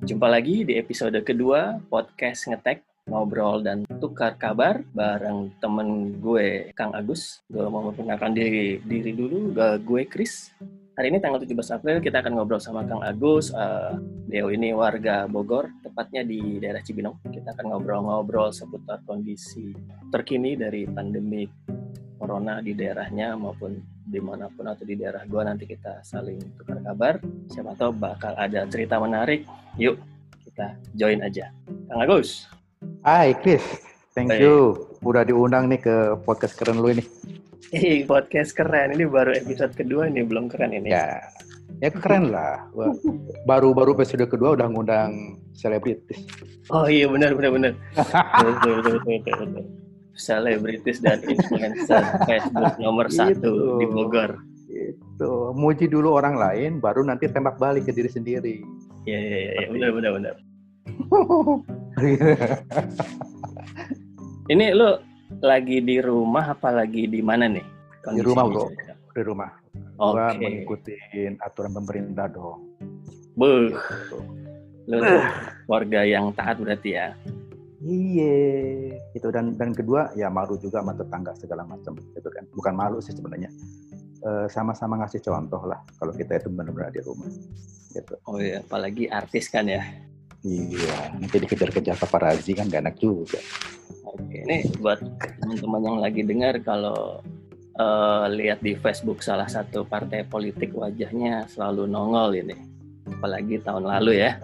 Jumpa lagi di episode kedua podcast Ngetek, Ngobrol dan Tukar Kabar bareng temen gue, Kang Agus. Gue mau memperkenalkan diri dulu, gue Chris. Hari ini tanggal 17 April kita akan ngobrol sama Kang Agus. Beliau ini warga Bogor, tepatnya di daerah Cibinong. Kita akan ngobrol-ngobrol seputar kondisi terkini dari pandemi Corona di daerahnya maupun dimanapun atau di daerah gua. Nanti kita saling tukar kabar. Siapa tahu bakal ada cerita menarik. Yuk kita join aja. Kang Agus. Hai Chris, thank you. Udah diundang nih ke podcast keren lu ini. Podcast keren. Ini baru episode kedua nih, belum keren ini. Ya keren lah. Baru episode kedua udah ngundang selebritis. Oh iya, benar. Betul. Selebritis dan influencer Facebook nomor 1 di Bogor. Itu muji dulu orang lain, baru nanti tembak balik ke diri sendiri. Iya, benar. Ini lo lagi di rumah apa lagi di mana nih? Di rumah bro, di rumah. Gua Oke. mengikuti aturan pemerintah dong. Beuh. Lo warga yang taat berarti ya? Iya, itu dan kedua ya malu juga sama tetangga segala macam, gitu kan. Bukan malu sih sebenarnya, sama-sama ngasih contoh lah kalau kita itu benar-benar di rumah, gitu. Oh iya, apalagi artis kan ya. Iya, nanti dikejar-kejar paparazzi kan gak enak juga. Oke, ini buat teman-teman yang lagi dengar kalau lihat di Facebook salah satu partai politik wajahnya selalu nongol ini, apalagi tahun lalu ya.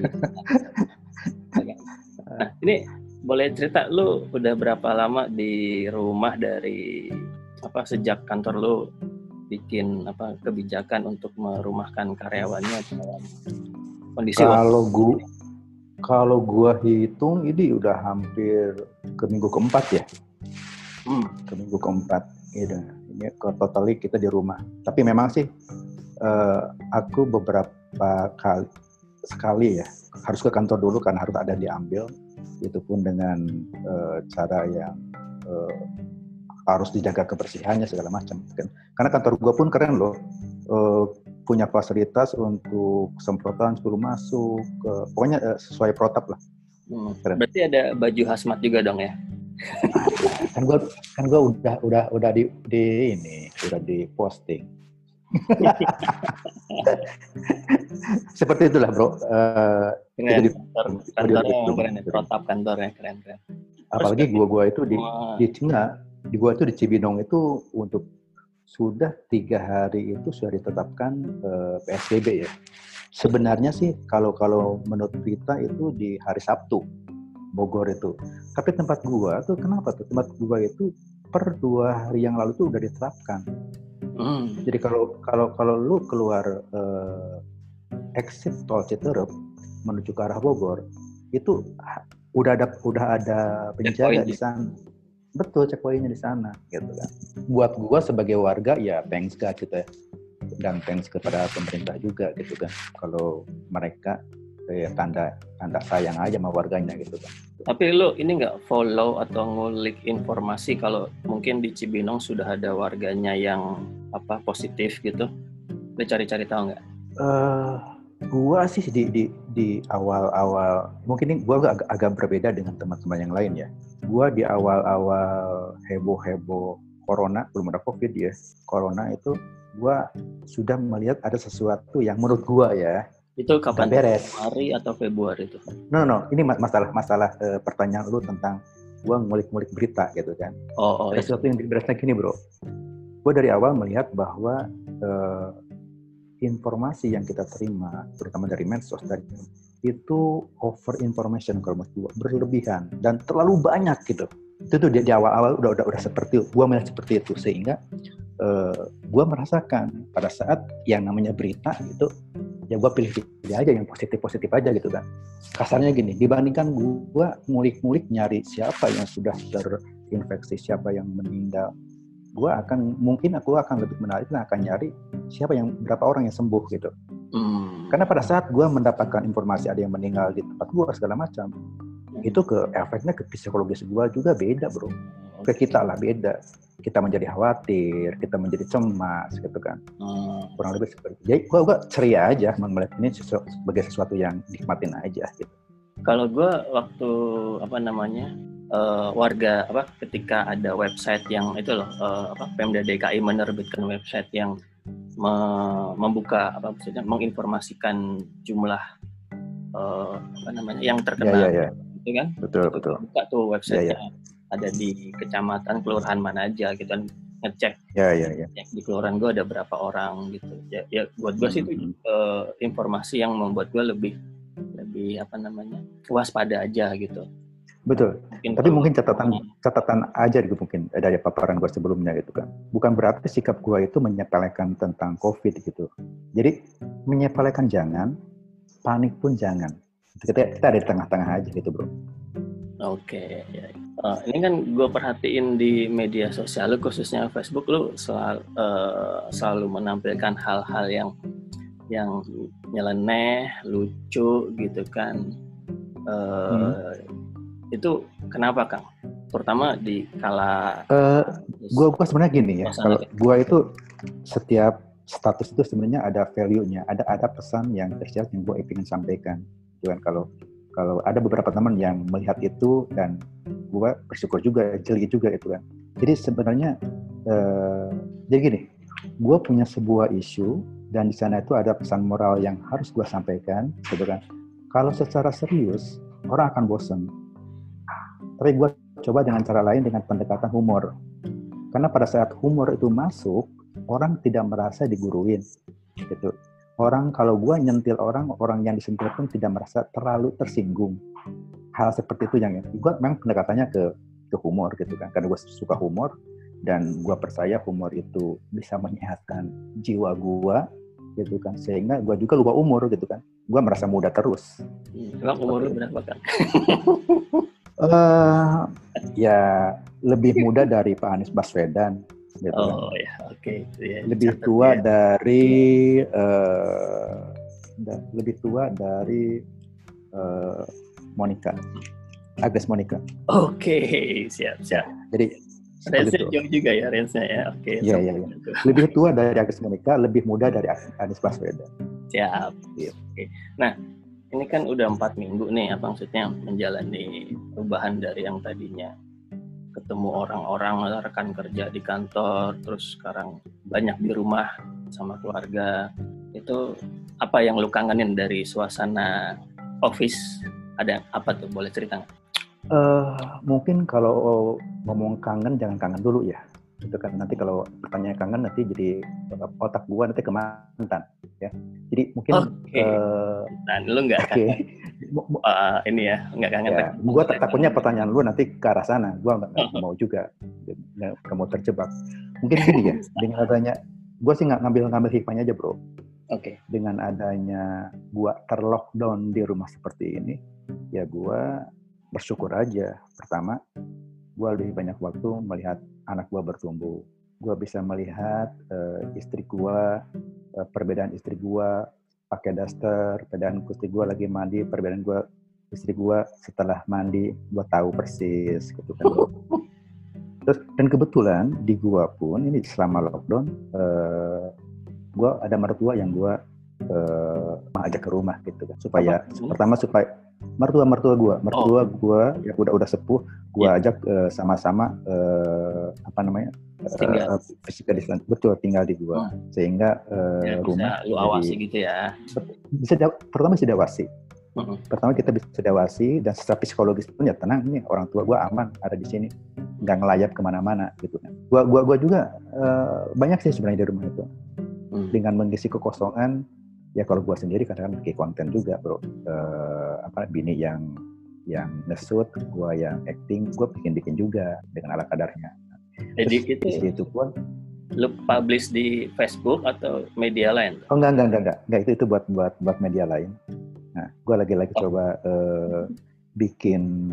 Nah, ini boleh cerita lu udah berapa lama di rumah dari sejak kantor lu bikin kebijakan untuk merumahkan karyawannya dalam kondisi kalau gua hitung ini udah hampir ke minggu keempat ya. Ke minggu keempat. Ini ke totally kita di rumah. Tapi memang sih aku beberapa sekali ya harus ke kantor dulu kan, harus ada diambil, itu pun dengan cara yang harus dijaga kebersihannya segala macam kan. Karena kantor gua pun keren loh, punya fasilitas untuk semprotan sebelum masuk, pokoknya sesuai protap lah. Berarti ada baju hazmat juga dong ya? kan gua udah di posting. Seperti itulah bro. Keren. Kantornya keren, protap kantornya keren. Apalagi gua itu di Cina, gua itu di Cibinong itu untuk sudah 3 hari itu sudah ditetapkan PSBB ya. Sebenarnya sih kalau menurut berita itu di hari Sabtu Bogor itu. Tapi tempat gua tuh kenapa tuh? Tempat gua itu per 2 hari yang lalu tuh udah ditetapkan. Jadi kalau lu keluar exit tol Citerep menuju ke arah Bogor itu udah ada penjaga di sana. Betul, checkpointnya di sana gitu kan. Buat gua sebagai warga ya thanks God gitu ya. Dan thanks kepada pemerintah juga gitu kan. Kalau mereka tanda sayang aja sama warganya gitu kan. Tapi lu ini nggak follow atau ngulik informasi kalau mungkin di Cibinong sudah ada warganya yang positif gitu? Lu cari-cari tahu nggak? Gua sih di awal-awal mungkin ini gua agak berbeda dengan teman-teman yang lain ya. Gua di awal-awal heboh corona, belum ada covid ya, corona itu gua sudah melihat ada sesuatu yang menurut gua ya itu kapan? beres. Januari atau Februari itu? No, ini masalah pertanyaan lu tentang gua ngulik-ngulik berita gitu kan. Ada sesuatu yang beresnya gini bro. Gua dari awal melihat bahwa informasi yang kita terima, terutama dari medsos tadi, itu over information kalau menurut gue, berlebihan dan terlalu banyak gitu. Itu tuh di awal-awal udah seperti, gue melihat seperti itu sehingga gue merasakan pada saat yang namanya berita itu, ya gue pilih aja yang positif aja gitu kan. Kasarnya gini, dibandingkan gue ngulik-ngulik nyari siapa yang sudah terinfeksi, siapa yang meninggal, aku akan lebih menarik dan akan nyari berapa orang yang sembuh gitu. Karena pada saat gue mendapatkan informasi ada yang meninggal di tempat gue segala macam, itu efeknya ke psikologis gue juga beda bro. ke kita lah beda. Kita menjadi khawatir, kita menjadi cemas gitu kan. Kurang lebih seperti itu. Jadi gue ceria aja melihat ini sebagai sesuatu yang nikmatin aja gitu. Kalau gue waktu warga ketika ada website yang itu loh Pemda DKI menerbitkan website yang membuka menginformasikan jumlah yang terkena gitu kan. Betul. Buka tuh websitenya. Ada di kecamatan, kelurahan mana aja gitu kan, ngecek. Di kelurahan gue ada berapa orang gitu. Ya buat gue sih itu informasi yang membuat gue lebih waspada aja gitu. Betul. Tapi mungkin catatan aja gitu mungkin dari paparan gue sebelumnya gitu kan. Bukan berarti sikap gue itu menyepelekan tentang COVID gitu. Jadi menyepelekan jangan, panik pun jangan. Kita ada di tengah-tengah aja gitu bro. Oke. Ini kan gue perhatiin di media sosial, khususnya Facebook, lu selalu menampilkan hal-hal yang nyeleneh, lucu gitu kan. Itu kenapa Kang? Terutama di kala gue sebenarnya gini ya. Kalau gue itu setiap status itu sebenarnya ada value-nya, ada pesan yang tersirat yang gue ingin sampaikan. Gitu kan. Kalau ada beberapa teman yang melihat itu dan gue bersyukur juga, jeli juga itu kan. Jadi sebenarnya jadi gini, gue punya sebuah isu dan di sana itu ada pesan moral yang harus gue sampaikan, gitu kan. Kalau secara serius orang akan bosan. Tapi gue coba dengan cara lain, dengan pendekatan humor. Karena pada saat humor itu masuk, orang tidak merasa diguruin, gitu. Orang kalau gue nyentil orang yang disentil pun tidak merasa terlalu tersinggung. Hal seperti itu yang gue memang pendekatannya ke humor gitu kan, karena gue suka humor dan gue percaya humor itu bisa menyehatkan jiwa gue gitu kan, sehingga gue juga lupa umur gitu kan, gue merasa muda terus. Emang umur berapa kan? Ya lebih muda dari Pak Anies Baswedan. Gitu kan. Ya, oke. Ya, lebih tua dari Monica, Agnes Monica. Oke, siap. Jadi range-nya jauh juga ya range-nya ya. Oke. Iya. Lebih tua dari Agnes Monica, lebih muda dari Anies Baswedan. Siap. Oke. Nah, ini kan udah 4 minggu nih, maksudnya menjalani perubahan dari yang tadinya ketemu orang-orang, rekan kerja di kantor, terus sekarang banyak di rumah sama keluarga. Itu apa yang lu kangenin dari suasana office? Ada apa tuh? Boleh cerita nggak? Mungkin kalau ngomong kangen, jangan kangen dulu ya. Itu kan nanti kalau pertanyaan kangen nanti jadi otak gua nanti ke mantan, ya. Jadi mungkin lu nggak kangen? Ini ya nggak kangen. Ya, gue takutnya pertanyaan lu nanti ke arah sana. Gue nggak mau juga, nggak mau terjebak. Mungkin gini ya, dengan adanya gue sih nggak ngambil hikmahnya aja bro. Oke. Dengan adanya gue terlockdown di rumah seperti ini, ya gue bersyukur aja. Pertama, gue lebih banyak waktu melihat anak gue bertumbuh. Gue bisa melihat istri gue, perbedaan istri gue pakai daster, perbedaan istri gue lagi mandi, perbedaan gue istri gue setelah mandi, gue tahu persis gitu kan. Terus dan kebetulan di gue pun ini selama lockdown, gue ada mertua yang gue ajak ke rumah gitu kan, supaya pertama supaya mertua gue yang udah sepuh, gue ajak sama-sama physical distance, betul, tinggal di gua, sehingga rumah lu awasi gitu ya. Pertama bisa diawasi. Pertama kita bisa diawasi dan secara psikologis pun ya tenang, nih orang tua gua aman ada di sini, nggak ngelayap kemana-mana gitu kan. Gua juga banyak sih sebenarnya di rumah itu dengan mengisi kekosongan. Ya kalau gua sendiri kadang-kadang bikin konten juga bro, bini yang nge-shoot, gua yang acting, gua bikin juga dengan ala kadarnya. Jadi itu pun lu publish di Facebook atau media lain? Oh enggak, itu buat media lain. Nah, gue lagi coba bikin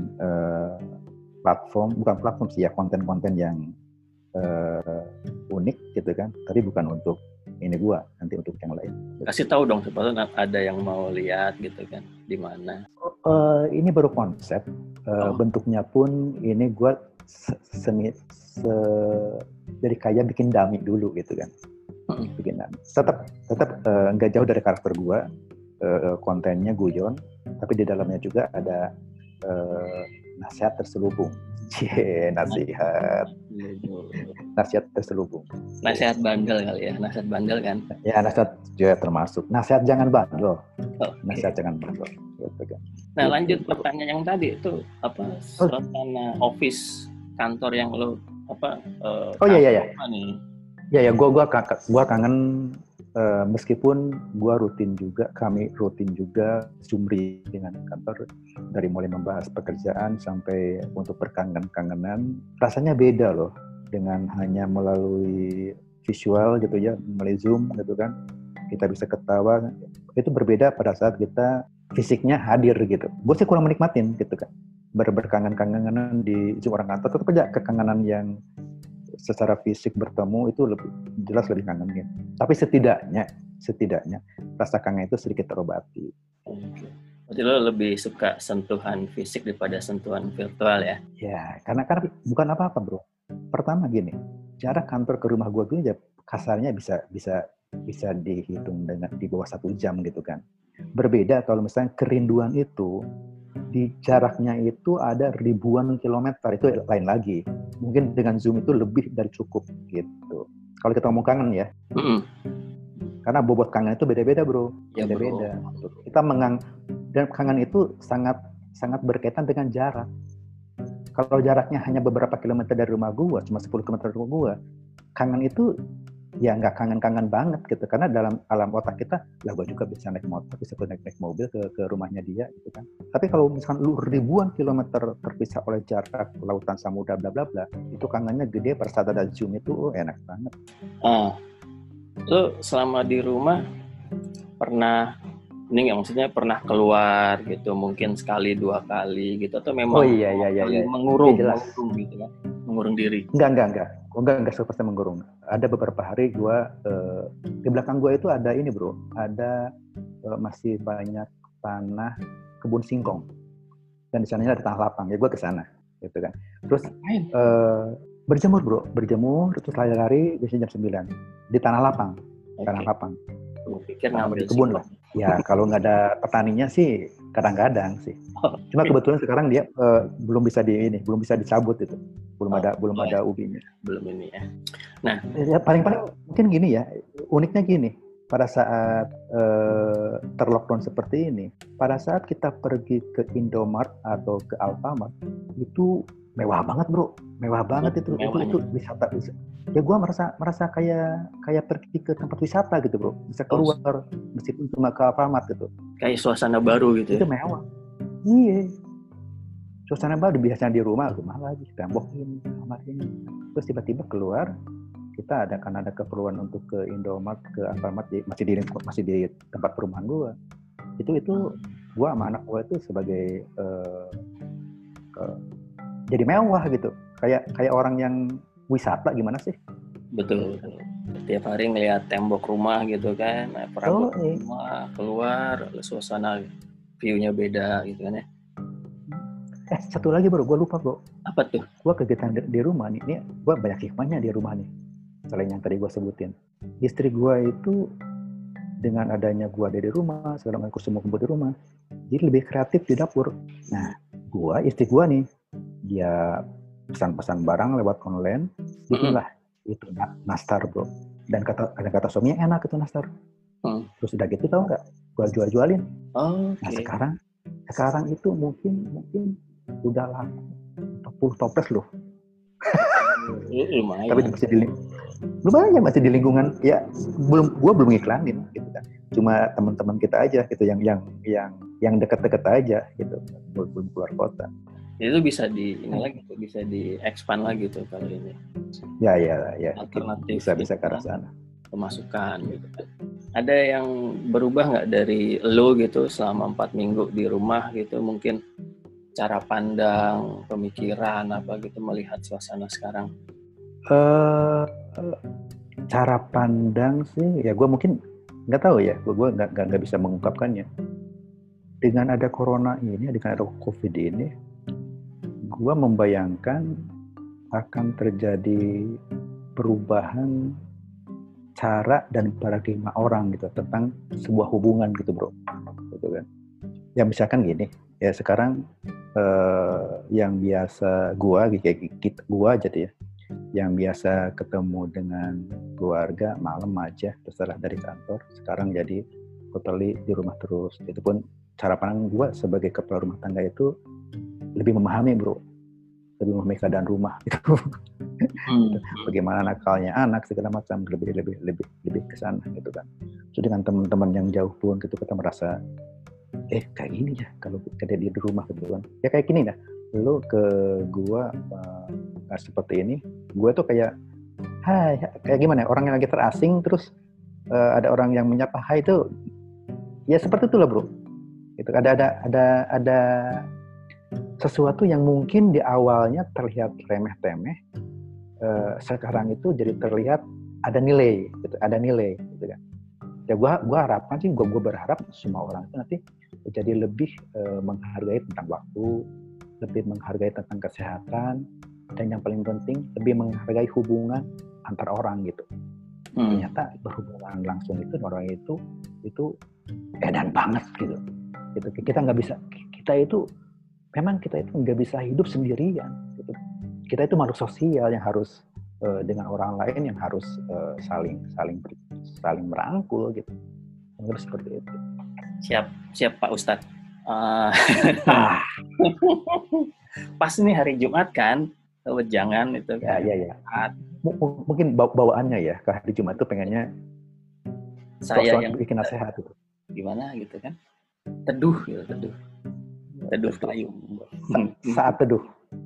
bukan platform sih ya, konten-konten yang unik gitu kan, tapi bukan untuk ini gue, nanti untuk yang lain. Kasih tahu dong supaya ada yang mau lihat gitu kan, di mana? Ini baru konsep, bentuknya pun ini gue Jadi kayak bikin dummy dulu gitu kan. Bikin dummy. Tetap nggak jauh dari karakter gue. Kontennya guyon, tapi di dalamnya juga ada nasihat terselubung. Nasihat terselubung. Nasihat bandel kali ya, nasihat bandel kan? Ya, nasihat juga termasuk. Nasihat jangan bandel. Nasihat jangan bandel. Gitu kan. Nah, lanjut pertanyaan yang tadi itu apa suasana office kantor yang lo apa? Iya. Ya, gua kangen. Meskipun kami rutin juga Zoom dengan kantor, dari mulai membahas pekerjaan sampai untuk berkangen-kangenan, rasanya beda loh dengan hanya melalui visual gitu ya, melalui Zoom gitu kan, kita bisa ketawa. Itu berbeda pada saat kita fisiknya hadir gitu. Gue sih kurang menikmatin gitu kan, berkangen-kangenan di Zoom orang kantor, tetap aja kekangenan yang secara fisik bertemu itu jelas lebih kangenin. Tapi setidaknya rasa kangen itu sedikit terobati. Berarti lo lebih suka sentuhan fisik daripada sentuhan virtual ya? Ya, karena bukan apa-apa bro. Pertama gini, jarak kantor ke rumah gue tuh ya kasarnya bisa dihitung dengan di bawah 1 jam gitu kan. Berbeda kalau misalnya kerinduan itu di jaraknya itu ada ribuan kilometer, itu lain lagi. Mungkin dengan Zoom itu lebih dari cukup gitu. Kalau kita ngomong kangen ya, karena bobot kangen itu beda-beda bro, beda-beda. Kita dan kangen itu sangat berkaitan dengan jarak. Kalau jaraknya hanya beberapa kilometer dari rumah gua, cuma 10 kilometer dari rumah gua, kangen itu ya nggak kangen-kangen banget gitu, karena dalam alam otak kita lah gue juga bisa naik motor, bisa naik mobil ke rumahnya dia gitu kan. Tapi kalau misalkan lu ribuan kilometer terpisah oleh jarak lautan samudra bla bla bla, itu kangennya gede. Pada saat ada Zoom itu enak banget. Lu selama di rumah pernah maksudnya pernah keluar gitu, mungkin sekali 2 kali gitu, atau memang mengurung gitu kan, mengurung diri? Enggak seperti mengurung. Ada beberapa hari gue di belakang gue itu ada ini bro, ada masih banyak tanah kebun singkong, dan di sananya ada tanah lapang. Ya gue kesana gitu kan. Terus berjemur terus lari-lari biasanya jam 9 di tanah lapang. Tanah lapang. Gue pikir ngambil kebun lah. Ya kalau nggak ada petaninya sih kadang-kadang sih. Cuma kebetulan sekarang dia belum bisa dicabut itu. Belum ada ubinya. Belum ini ya. Nah, ya, paling mungkin gini ya. Uniknya gini, pada saat terlockdown seperti ini, pada saat kita pergi ke Indomart atau ke Alfamart, itu mewah banget bro, mewah banget itu wisata. Ya gue merasa kayak pergi ke tempat wisata gitu bro, bisa keluar meskipun cuma ke Alfamart gitu. Kayak suasana baru gitu. Itu mewah. Iya. Suasana baru, biasanya di rumah lagi, tembok ini, kamar ini. Terus tiba-tiba keluar, kita ada keperluan untuk ke Indomart, ke Alfamart, masih di tempat perumahan gue. Itu gue sama anak gue itu sebagai jadi mewah gitu, kayak orang yang wisata gimana sih? Betul. Tiap hari ngeliat tembok rumah gitu kan, perabot rumah keluar, suasana view-nya beda gitu kan ya. Satu lagi bro, gue lupa bro. Apa tuh? Gue kegiatan di rumah nih, gue banyak hikmahnya di rumah nih. Selain yang tadi gue sebutin, istri gue itu dengan adanya gue ada di rumah, segala macam semua kumpul di rumah, jadi lebih kreatif di dapur. Nah, istri gue nih, dia pesan-pesan barang lewat online, itulah itu nastar bro. Dan kata suaminya enak itu nastar. Terus udah gitu tau nggak, gue jualin. Nah sekarang itu mungkin udah laku 40 toples loh. Lumayan. Tapi masih di lingkungan ya, gue belum ngiklanin gitu kan. Cuma teman-teman kita aja gitu yang dekat-dekat aja gitu, belum keluar kota. Itu bisa bisa di-expand lagi tuh kalau ini. Ya. Alternatif bisa ke arah sana. Pemasukan gitu kan. Ada yang berubah nggak dari lo gitu selama 4 minggu di rumah gitu, mungkin cara pandang, pemikiran apa gitu melihat suasana sekarang? Cara pandang sih ya gue mungkin nggak tahu ya, gue nggak bisa mengungkapkannya. Dengan ada corona ini, dengan ada COVID ini, gue membayangkan akan terjadi perubahan cara dan paradigma orang gitu tentang sebuah hubungan gitu bro, gitu kan. Ya misalkan gini, ya sekarang yang biasa gua aja ya, yang biasa ketemu dengan keluarga malam aja terserah dari kantor, sekarang jadi totally di rumah terus. Itu pun cara pandang gua sebagai kepala rumah tangga itu lebih memahami bro, lebih memahami keadaan rumah gitu. Bagaimana nakalnya anak segala macam, lebih ke sana gitu kan. So dengan teman-teman yang jauh pun gitu kita merasa kayak gini ya kalau kita di rumah gitu kan. Ya kayak gini dah. Lu ke gua seperti ini, gua tuh kayak hai, kayak gimana ya, orang yang lagi terasing terus ada orang yang menyapa hai itu ya seperti itu lah bro. Itu ada sesuatu yang mungkin di awalnya terlihat remeh-temeh, sekarang itu jadi terlihat ada nilai gitu, gitu kan. Ya gua harapkan sih, gua berharap semua orang itu nanti jadi lebih menghargai tentang waktu, lebih menghargai tentang kesehatan, dan yang paling penting lebih menghargai hubungan antar orang gitu. Ternyata berhubungan langsung itu orang itu edan banget gitu. Kita nggak bisa, kita itu nggak bisa hidup sendirian gitu. Kita itu makhluk sosial yang harus dengan orang lain, yang harus saling merangkul gitu. Harus seperti itu. Siap Pak Ustadz. Pas nih hari Jumat kan, jangan itu kan. Ya. Mungkin bawaannya ya ke hari Jumat itu pengennya saya yang bikin nasihat itu. Gimana gitu kan? Teduh payung. Saat teduh.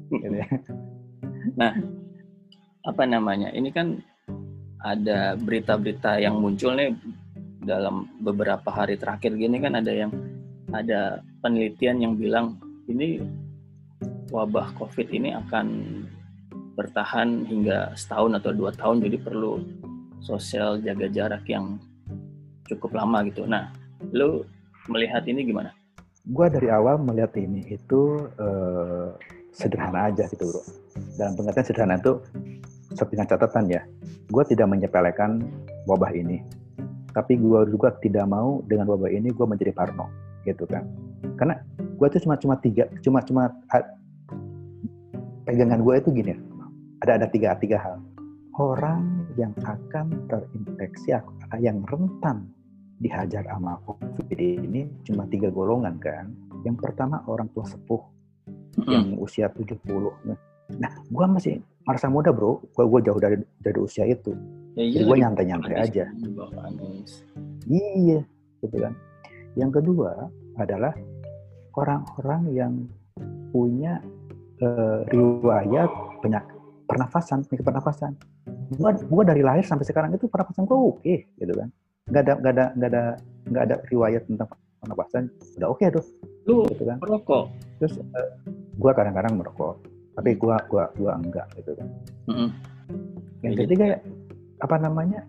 Nah, apa namanya? Ini kan ada berita-berita yang muncul nih dalam beberapa hari terakhir gini kan, ada penelitian yang bilang ini wabah COVID ini akan bertahan hingga setahun atau 2 tahun, jadi perlu sosial jaga jarak yang cukup lama gitu. Nah, lu melihat ini gimana? Gua dari awal melihat ini itu sederhana aja gitu bro. Dalam pengertian sederhana itu dengan catatan ya, gua tidak menyepelekan wabah ini, tapi gua juga tidak mau dengan wabah ini gua menjadi parno gitu kan. Karena gua tuh cuma pegangan gua itu gini, ada tiga hal. Orang yang akan terinfeksi, yang rentan dihajar sama COVID ini cuma 3 golongan kan. Yang pertama orang tua sepuh yang usia 70. Nah, gue masih merasa muda bro, gue jauh dari usia itu. Jadi gue nyantai-nyantai aja. Iya, gitu kan. Yang kedua adalah orang-orang yang punya riwayat penyakit pernafasan. Gue dari lahir sampai sekarang itu pernafasan gue oke, gitu kan. Nggak ada riwayat tentang pernapasan, udah oke tuh. Lu gitu kan. merokok? Terus gue kadang-kadang merokok, tapi gue enggak gitu kan. Yang ketiga apa namanya,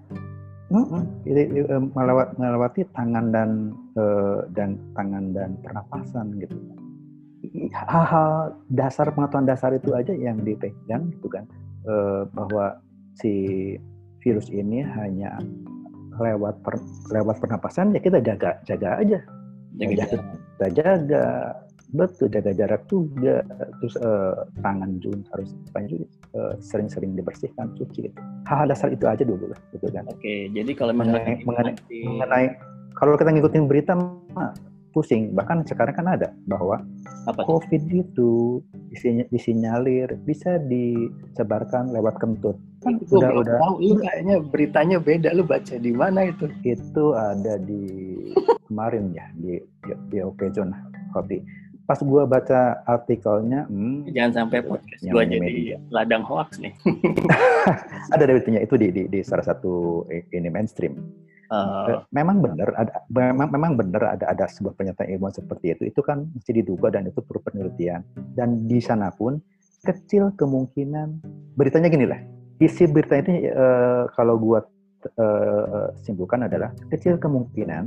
melewati tangan dan pernapasan gitu. Hal-hal dasar, pengetahuan dasar itu aja yang dipegang gitu kan, bahwa si virus ini hanya lewat pernapasan, ya kita jaga aja. Kita jaga, betul, jaga jarak juga. Terus tangan juga harus sering-sering dibersihkan, cuci gitu. Hal-hal dasar itu aja dulu lah, gitu kan. Oke, jadi kalau mengenai kalau kita ngikutin berita mah pusing. Bahkan sekarang kan ada bahwa COVID itu disinyalir bisa disebarkan lewat kentut. Kan udah tahu, lu kayaknya beritanya beda, lu baca di mana itu? Itu ada di kemarin ya di Okezone Kopi. Pas gue baca artikelnya, jangan sampai podcast gue jadi ladang hoax nih. Ada beritanya itu di salah satu ini mainstream. Memang benar ada sebuah pernyataan ilmuwan seperti itu. Itu kan mesti diduga dan itu perlu penelitian. Dan di sana pun kecil kemungkinan, beritanya gini lah. Isi berita itu kalau gue simpulkan adalah kecil kemungkinan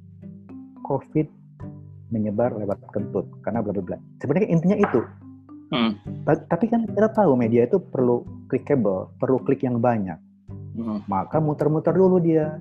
COVID menyebar lewat kentut karena bla bla bla. Sebenarnya intinya itu. Tapi kan kita tahu media itu perlu clickable, perlu klik yang banyak. Maka muter-muter dulu dia.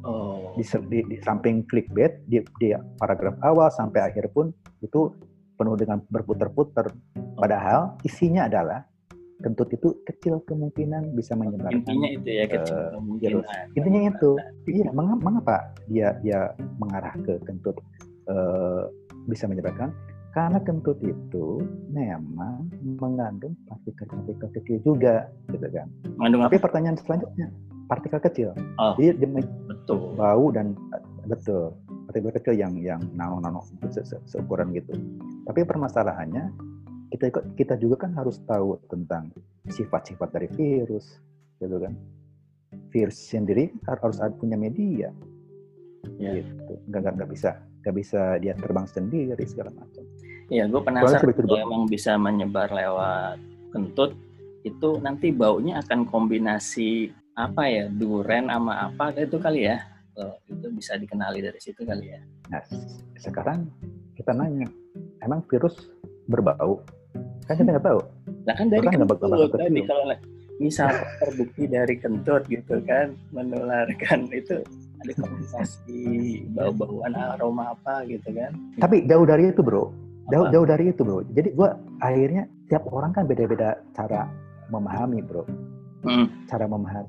Di samping clickbait, di paragraf awal sampai akhir pun itu penuh dengan berputar-putar. Padahal isinya adalah kentut itu kecil kemungkinan bisa menyebarkan. Intinya itu ya, kecil kemungkinan. Intinya itu. Iya, mengapa dia mengarah ke kentut bisa menyebarkan? Karena kentut itu memang mengandung partikel-partikel kecil juga, gitu kan. Tapi pertanyaan selanjutnya, partikel kecil. Jadi betul. Bau dan betul partikel kecil yang nano seukuran gitu. Tapi permasalahannya kita juga kan harus tahu tentang sifat-sifat dari virus, gitu kan. Virus sendiri harus punya media, gitu. Nggak bisa dia terbang sendiri segala macam. Iya, gue penasaran kalau emang bisa menyebar lewat kentut, itu nanti baunya akan kombinasi apa ya, duren sama apa itu kali ya? Itu bisa dikenali dari situ kali ya. Nah, sekarang kita nanya, emang virus berbau? Kan kita nggak tahu. Nah kan dari kentut tadi, kalau misal terbukti dari kentut gitu kan, menularkan itu ada kombinasi bau-bauan aroma apa gitu kan. Tapi jauh dari itu bro, jauh dari itu bro. Jadi gue akhirnya tiap orang kan beda-beda cara memahami bro. Cara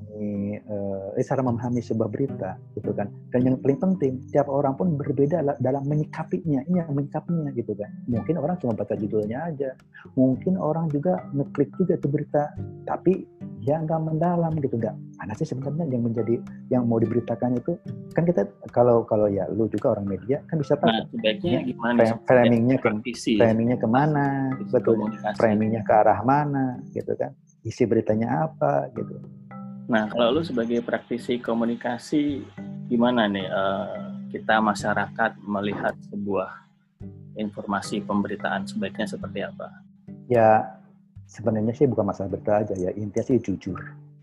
memahami sebuah berita gitu kan. Dan yang paling penting, tiap orang pun berbeda dalam menyikapinya gitu kan. Mungkin orang cuma baca judulnya aja, mungkin orang juga ngeklik juga itu berita, tapi dia nggak mendalam gitu, nggak mana sih sebenarnya yang mau diberitakan itu. Kan kita kalau ya lu juga orang media kan bisa tahu sebaiknya gimana framingnya kemana, betul, framingnya ke arah mana gitu kan, isi beritanya apa gitu. Nah, kalau lu sebagai praktisi komunikasi, gimana nih kita masyarakat melihat sebuah informasi pemberitaan sebaiknya seperti apa? Ya, sebenarnya sih bukan masalah berita aja ya, intinya sih jujur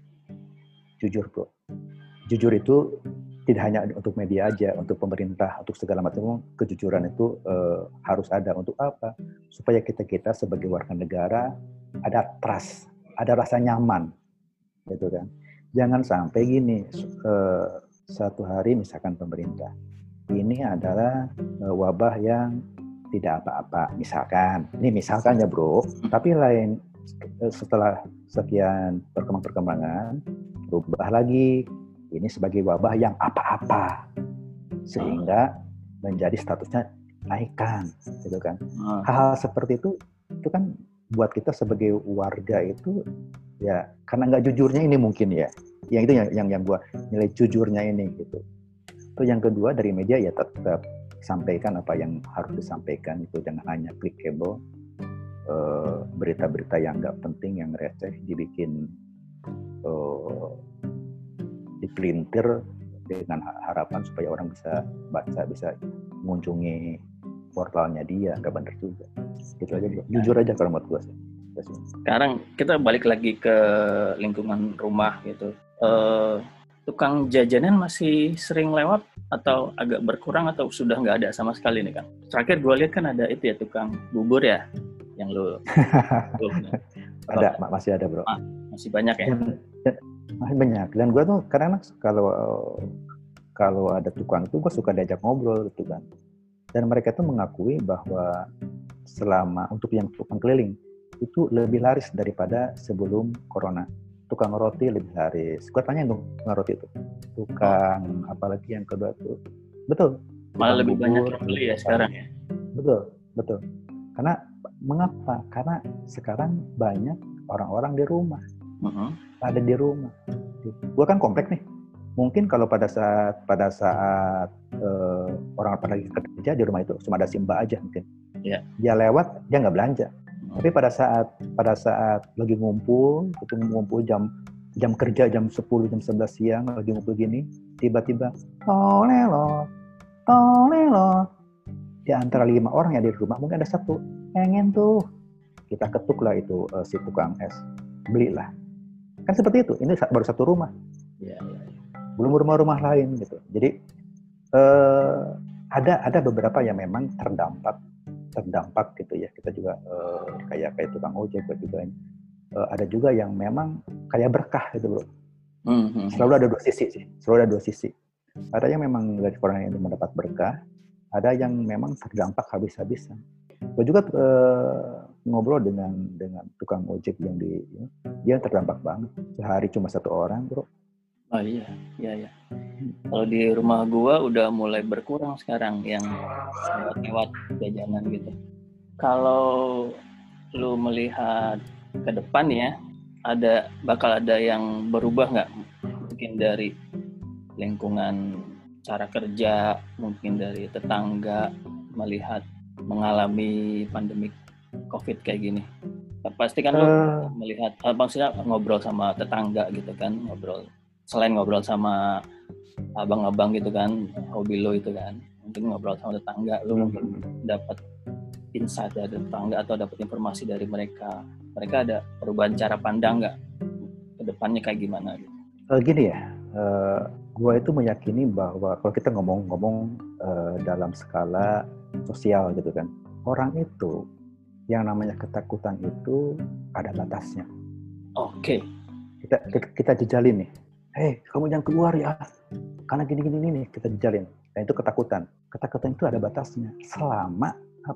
bro. Jujur itu tidak hanya untuk media aja, untuk pemerintah, untuk segala macam. Kejujuran itu harus ada. Untuk apa? Supaya kita sebagai warga negara ada trust, ada rasa nyaman, gitu kan. Jangan sampai gini, satu hari misalkan pemerintah, ini adalah wabah yang tidak apa-apa, misalkan ya bro, tapi lain setelah sekian perkembangan berubah lagi, ini sebagai wabah yang apa-apa, sehingga menjadi statusnya naikkan, gitu kan. Hal-hal seperti itu kan buat kita sebagai warga itu ya, karena nggak jujurnya ini mungkin ya, yang itu yang gua nilai jujurnya ini gitu. Terus yang kedua dari media ya tetap sampaikan apa yang harus disampaikan, itu jangan hanya clickable, berita-berita yang nggak penting, yang receh dibikin dipelintir dengan harapan supaya orang bisa baca, bisa mengunjungi portalnya dia. Nggak benar juga. Gitu aja, jujur aja kalau menurut gue sih. Sekarang kita balik lagi ke lingkungan rumah gitu. Tukang jajanan masih sering lewat atau agak berkurang atau sudah nggak ada sama sekali nih Kang? Terakhir gue lihat kan ada itu ya, tukang bubur ya, yang lu ada, masih ada bro. Masih banyak ya? Masih banyak. Dan gue tuh karena kalau ada tukang itu gue suka diajak ngobrol gitu kan. Dan mereka tuh mengakui bahwa selama untuk yang tukang keliling itu lebih laris daripada sebelum corona. Tukang roti lebih laris. Gue tanya yang tukang roti itu. Tukang apalagi yang kedua tuh. Betul. Malah lebih banyak yang beli ya sekarang ya? Betul. Karena mengapa? Karena sekarang banyak orang-orang di rumah. Ada di rumah. Gue kan komplek nih. Mungkin kalau pada saat orang pada lagi kerja di rumah itu cuma ada si Mbak aja mungkin. Yeah. Dia lewat, dia nggak belanja. Tapi pada saat lagi ngumpul jam kerja jam 10, jam 11 siang lagi ngumpul gini, tiba-tiba tolelo. Di antara 5 orang yang ada di rumah mungkin ada satu pengen tuh, kita ketuk lah itu si tukang es, belilah. Kan seperti itu. Ini baru satu rumah. Yeah. Belum rumah-rumah lain gitu. Jadi ada beberapa yang memang terdampak terdampak gitu ya. Kita juga kayak tukang ojek juga ada juga yang memang kayak berkah gitu bro. Selalu ada dua sisi sih, selalu ada dua sisi. Ada yang memang dari orang yang mendapat berkah, ada yang memang terdampak habis-habisan. Gue juga ngobrol dengan tukang ojek yang dia terdampak banget. Sehari cuma 1 orang bro. Oh iya. Kalau di rumah gua udah mulai berkurang sekarang yang lewat jajanan gitu. Kalau lu melihat ke depan ya, bakal ada yang berubah nggak? Mungkin dari lingkungan cara kerja, mungkin dari tetangga melihat mengalami pandemi COVID kayak gini. Pasti kan lu melihat, maksudnya ngobrol sama tetangga gitu kan, selain ngobrol sama abang-abang gitu kan, hobi lo itu kan, mungkin ngobrol sama tetangga, lu mungkin dapat insight dari tetangga atau dapat informasi dari mereka ada perubahan cara pandang nggak ke depannya kayak gimana gitu? Gini ya, gue itu meyakini bahwa kalau kita ngomong dalam skala sosial gitu kan, orang itu yang namanya ketakutan itu ada batasnya. Oke. Kita jejalin nih. Hei, kamu jangan keluar ya. Karena gini nih, kita jejalin. Dan itu ketakutan. Ketakutan itu ada batasnya. Selama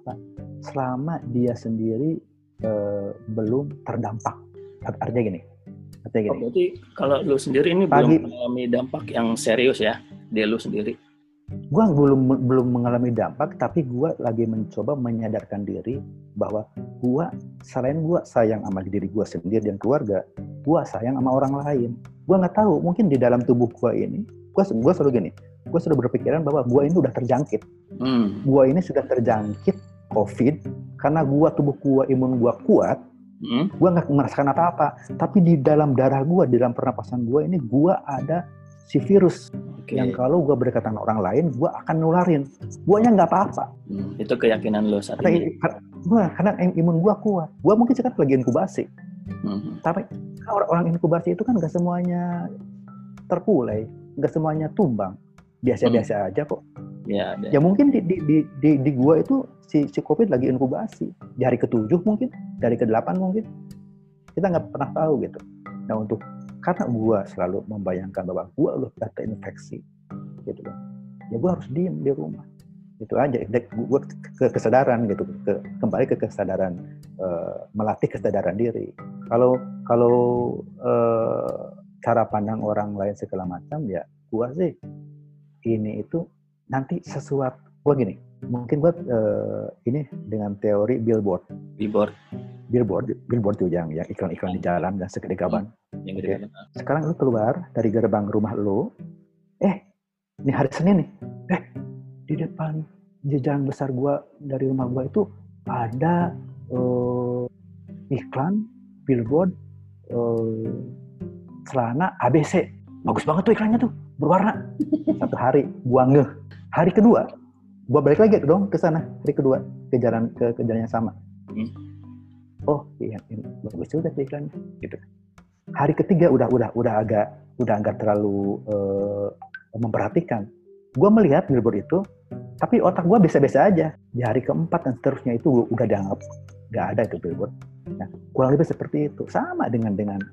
dia sendiri belum terdampak. Artinya gini. Berarti kalau lu sendiri ini belum mengalami dampak yang serius ya, dia lu sendiri? Gua belum mengalami dampak, tapi gua lagi mencoba menyadarkan diri bahwa selain gua sayang sama diri gua sendiri dan keluarga, gua sayang sama orang lain. Gua nggak tahu, mungkin di dalam tubuh gua ini, gua selalu gini, gua selalu berpikiran bahwa gua ini udah terjangkit. Gua ini sudah terjangkit COVID karena tubuh gua, imun gua kuat. Gua nggak merasakan apa-apa, tapi di dalam darah gua, di dalam pernapasan gua ini, gua ada si virus yang kalau gue berdekatan orang lain, gue akan nularin. Guanya nggak apa-apa. Itu keyakinan lo saat ini? Karena imun gue kuat. Gue mungkin sekarang lagi inkubasi. Tapi orang inkubasi itu kan nggak semuanya terkulai, nggak semuanya tumbang. Biasa-biasa aja kok. Ya mungkin di gue itu si COVID lagi inkubasi. Di hari ke-7 mungkin, dari ke-8 mungkin. Kita nggak pernah tahu gitu. Nah karena gue selalu membayangkan bahwa gue udah terinfeksi, gitu kan. Ya gue harus diem di rumah. Itu aja. Gue kesadaran gitu, kembali ke kesadaran, melatih kesadaran diri. Kalau cara pandang orang lain segala macam, ya gue sih ini itu nanti sesuatu. Gue gini, mungkin gue ini dengan teori billboard itu yang iklan-iklan di jalan dan segede gaban. Okay. Sekarang lu keluar dari gerbang rumah lu, ini hari Senin nih, di depan jalan besar gua dari rumah gua itu ada iklan billboard celana ABC. Bagus banget tuh iklannya tuh, berwarna. Satu hari gua ngeh. Hari kedua gua balik lagi dong ke sana. Hari kedua ke jalan yang sama. Oh iya, ini bagus juga tuh iklannya, gitu. Hari ketiga udah agak terlalu memperhatikan. Gue melihat billboard itu, tapi otak gue biasa-biasa aja. Di hari keempat dan seterusnya itu udah dianggap nggak ada itu billboard. Nah, kurang lebih seperti itu. Sama dengan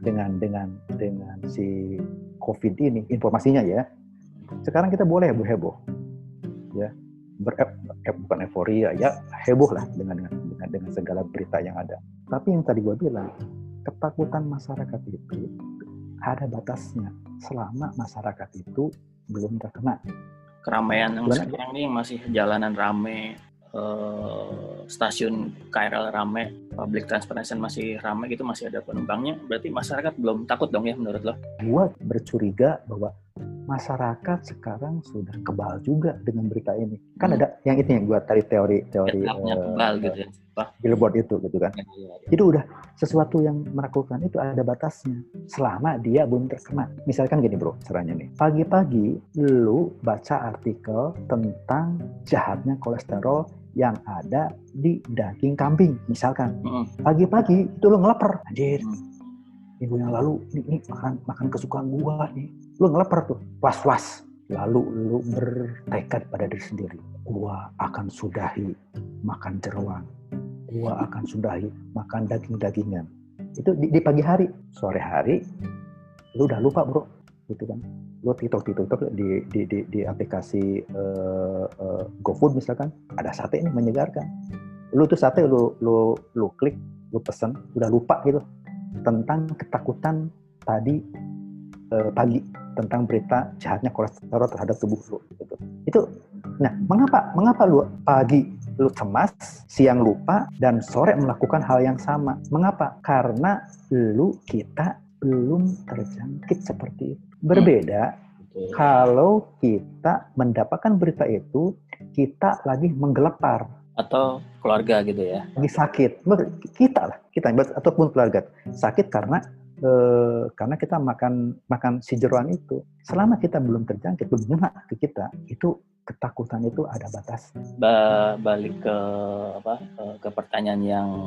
si COVID ini, informasinya ya. Sekarang kita boleh heboh, ya. Bukan euforia, ya heboh lah dengan segala berita yang ada. Tapi yang tadi gue bilang, ketakutan masyarakat itu ada batasnya selama masyarakat itu belum terkena. Keramaian yang sekarang ini masih jalanan rame, stasiun KRL rame, public transportation masih rame gitu, masih ada penumpangnya. Berarti masyarakat belum takut dong ya menurut lo? Gua bercuriga bahwa masyarakat sekarang sudah kebal juga dengan berita ini. Kan ada yang itu yang gua tadi teori kebal gitu ya. Billboard itu gitu kan. Jadi udah sesuatu yang menakutkan itu ada batasnya selama dia belum terkena. Misalkan gini bro, caranya nih. Pagi-pagi lu baca artikel tentang jahatnya kolesterol yang ada di daging kambing misalkan. Pagi-pagi itu lu ngeleper. Anjir. Minggu yang lalu ini makan kesukaan gua nih. Lu ngeleper tuh, was-was. Lalu lu bertekad pada diri sendiri. Gua akan sudahi makan jeroan, gue akan sudahi makan daging-dagingan. Itu di pagi hari. Sore hari lu udah lupa bro, gitu kan. Lu TikTok di aplikasi GoFood misalkan, ada sate nih menyegarkan. Lu tuh sate lu klik, lu pesen, udah lupa gitu tentang ketakutan tadi pagi, tentang berita jahatnya kolesterol terhadap tubuh lu gitu. Itu nah, mengapa lu pagi lu cemas, siang lupa, dan sore melakukan hal yang sama? Mengapa? Karena kita belum terjangkit seperti itu. Berbeda kalau kita mendapatkan berita itu, kita lagi menggelepar. Atau keluarga gitu ya. Lagi sakit. Kita ataupun keluarga. Sakit karena kita makan si jeroan itu. Selama kita belum terjangkit, belum kena ke kita, itu ketakutan itu ada batas. Balik ke pertanyaan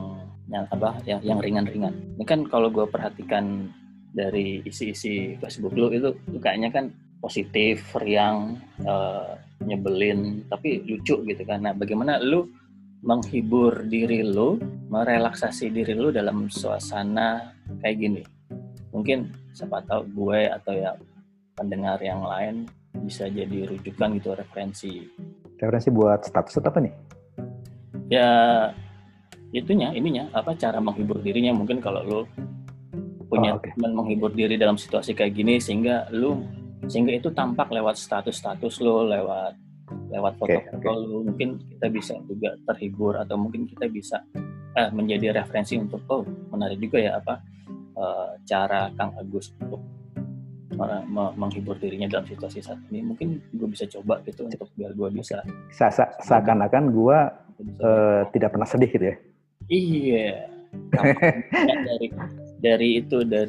yang ringan-ringan. Ini kan kalau gue perhatikan dari isi-isi Facebook lu itu kayaknya kan positif, riang, nyebelin, tapi lucu gitu kan. Nah, bagaimana lu menghibur diri lu, merelaksasi diri lu dalam suasana kayak gini? Mungkin siapa tahu gue atau ya pendengar yang lain bisa jadi rujukan gitu, referensi buat status apa nih? Ya ininya cara menghibur dirinya. Mungkin kalau lu punya teman menghibur diri dalam situasi kayak gini sehingga itu tampak lewat status lu, lewat foto-foto lu, mungkin kita bisa juga terhibur, atau mungkin kita bisa menjadi referensi untuk menarik juga ya cara Kang Agus untuk menghibur dirinya dalam situasi saat ini. Mungkin gue bisa coba gitu untuk biar gue bisa seakan-akan gue tidak pernah sedih gitu ya. Iya. dari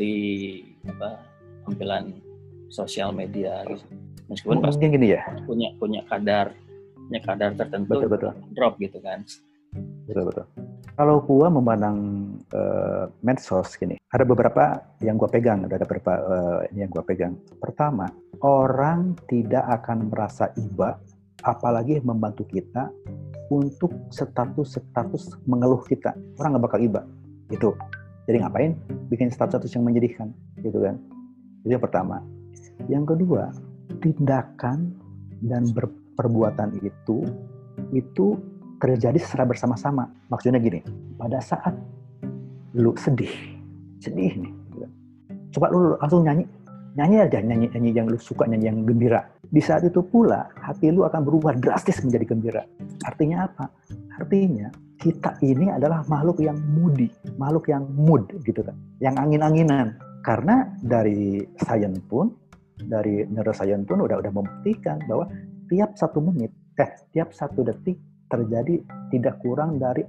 tampilan sosial media gitu. Meskipun pasti gini ya, punya kadar tertentu, betul. Drop gitu kan. Betul. Kalau gua memandang medsos gini, ada beberapa yang gua pegang, yang gua pegang. Pertama, orang tidak akan merasa iba, apalagi membantu kita untuk status mengeluh kita. Orang nggak bakal iba, itu. Jadi ngapain bikin status yang menyedihkan, gitu kan? Itu yang pertama. Yang kedua, tindakan dan perbuatan itu terjadi secara bersama-sama. Maksudnya gini, pada saat lu sedih nih, coba lu langsung nyanyi yang lu suka, nyanyi yang gembira. Di saat itu pula hati lu akan berubah drastis menjadi gembira. Artinya apa? Artinya kita ini adalah makhluk yang moody, makhluk yang mood gitu kan, yang angin-anginan. Karena dari neuroscience pun udah membuktikan bahwa tiap 1 detik terjadi tidak kurang dari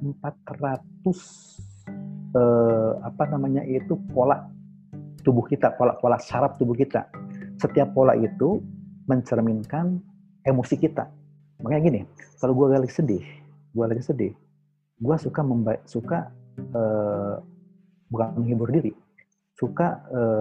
400 pola tubuh kita, pola saraf tubuh kita. Setiap pola itu mencerminkan emosi kita. Makanya gini, kalau gue lagi sedih, gue suka bukan menghibur diri, suka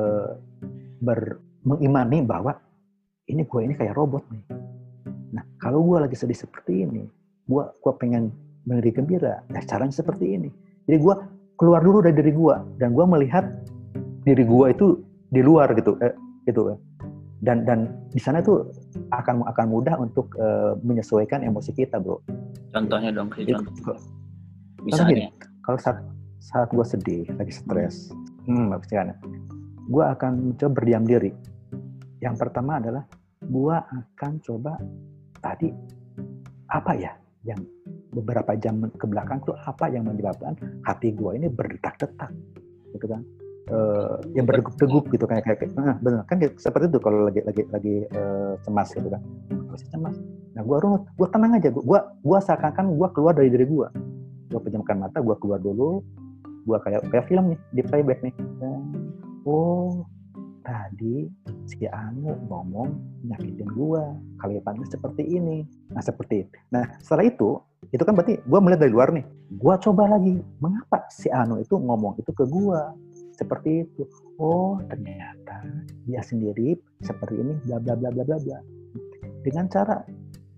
mengimani bahwa gue ini kayak robot nih. Nah, kalau gue lagi sedih seperti ini, gue pengen menjadi gembira. Nah, caranya seperti ini. Jadi gue keluar dulu dari diri gue, dan gue melihat diri gue itu di luar gitu. Dan di sana itu akan mudah untuk menyesuaikan emosi kita, bro. Contohnya dong, misalnya kalau saat gue sedih, lagi stres, gue akan mencoba berdiam diri. Yang pertama adalah gue akan coba tadi apa ya yang beberapa jam ke belakang tuh apa yang menyebabkan hati gue ini berdetak-detak, gitu kan? Yang berdegup-degup gitu kayak benar kan seperti itu kalau lagi cemas gitu kan. Masih cemas. Nah, gue tenang aja, gue seakan-akan gue keluar dari diri gue pejamkan mata, gue keluar dulu, gue kayak film nih di playback nih. Oh, tadi si Anu ngomong nyakitin gue, kalimatnya seperti ini. Nah, seperti itu. Nah, setelah itu kan berarti gue melihat dari luar nih. Gue coba lagi, mengapa si Anu itu ngomong itu ke gue seperti itu? Oh, ternyata dia sendiri seperti ini, bla bla bla bla bla bla. Dengan cara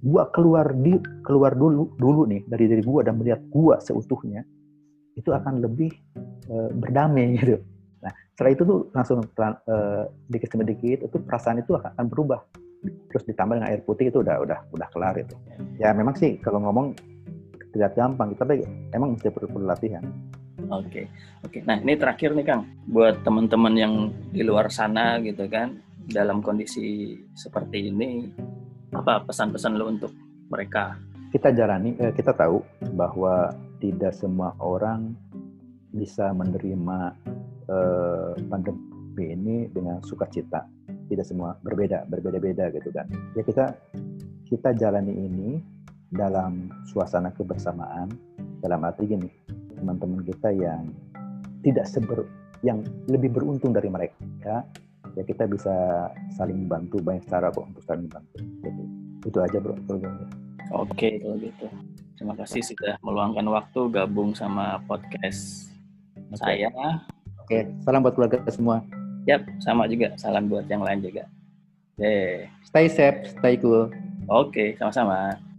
gua keluar dulu nih dari diri gua dan melihat gua seutuhnya, itu akan lebih berdamai gitu. Nah, setelah itu tuh langsung dikit demi dikit itu perasaan itu akan berubah. Terus ditambah dengan air putih itu udah kelar itu. Ya memang sih kalau ngomong tidak gampang, tapi emang mesti perlu latihan. Oke. Nah ini terakhir nih Kang, buat teman-teman yang di luar sana gitu kan, dalam kondisi seperti ini, apa pesan-pesan lo untuk mereka? Kita tahu bahwa tidak semua orang bisa menerima pandemi ini dengan sukacita. Tidak semua, berbeda-beda gitu kan. Ya kita jalani ini dalam suasana kebersamaan, dalam arti gini, teman-teman kita yang yang lebih beruntung dari mereka, ya kita bisa saling bantu, banyak cara kok untuk saling bantu. Gitu. Itu aja bro. Oke kalau gitu. Terima kasih sudah meluangkan waktu gabung sama podcast saya. Oke, salam buat keluarga semua. Yap, sama juga. Salam buat yang lain juga. Stay safe, stay cool. Oke, sama-sama.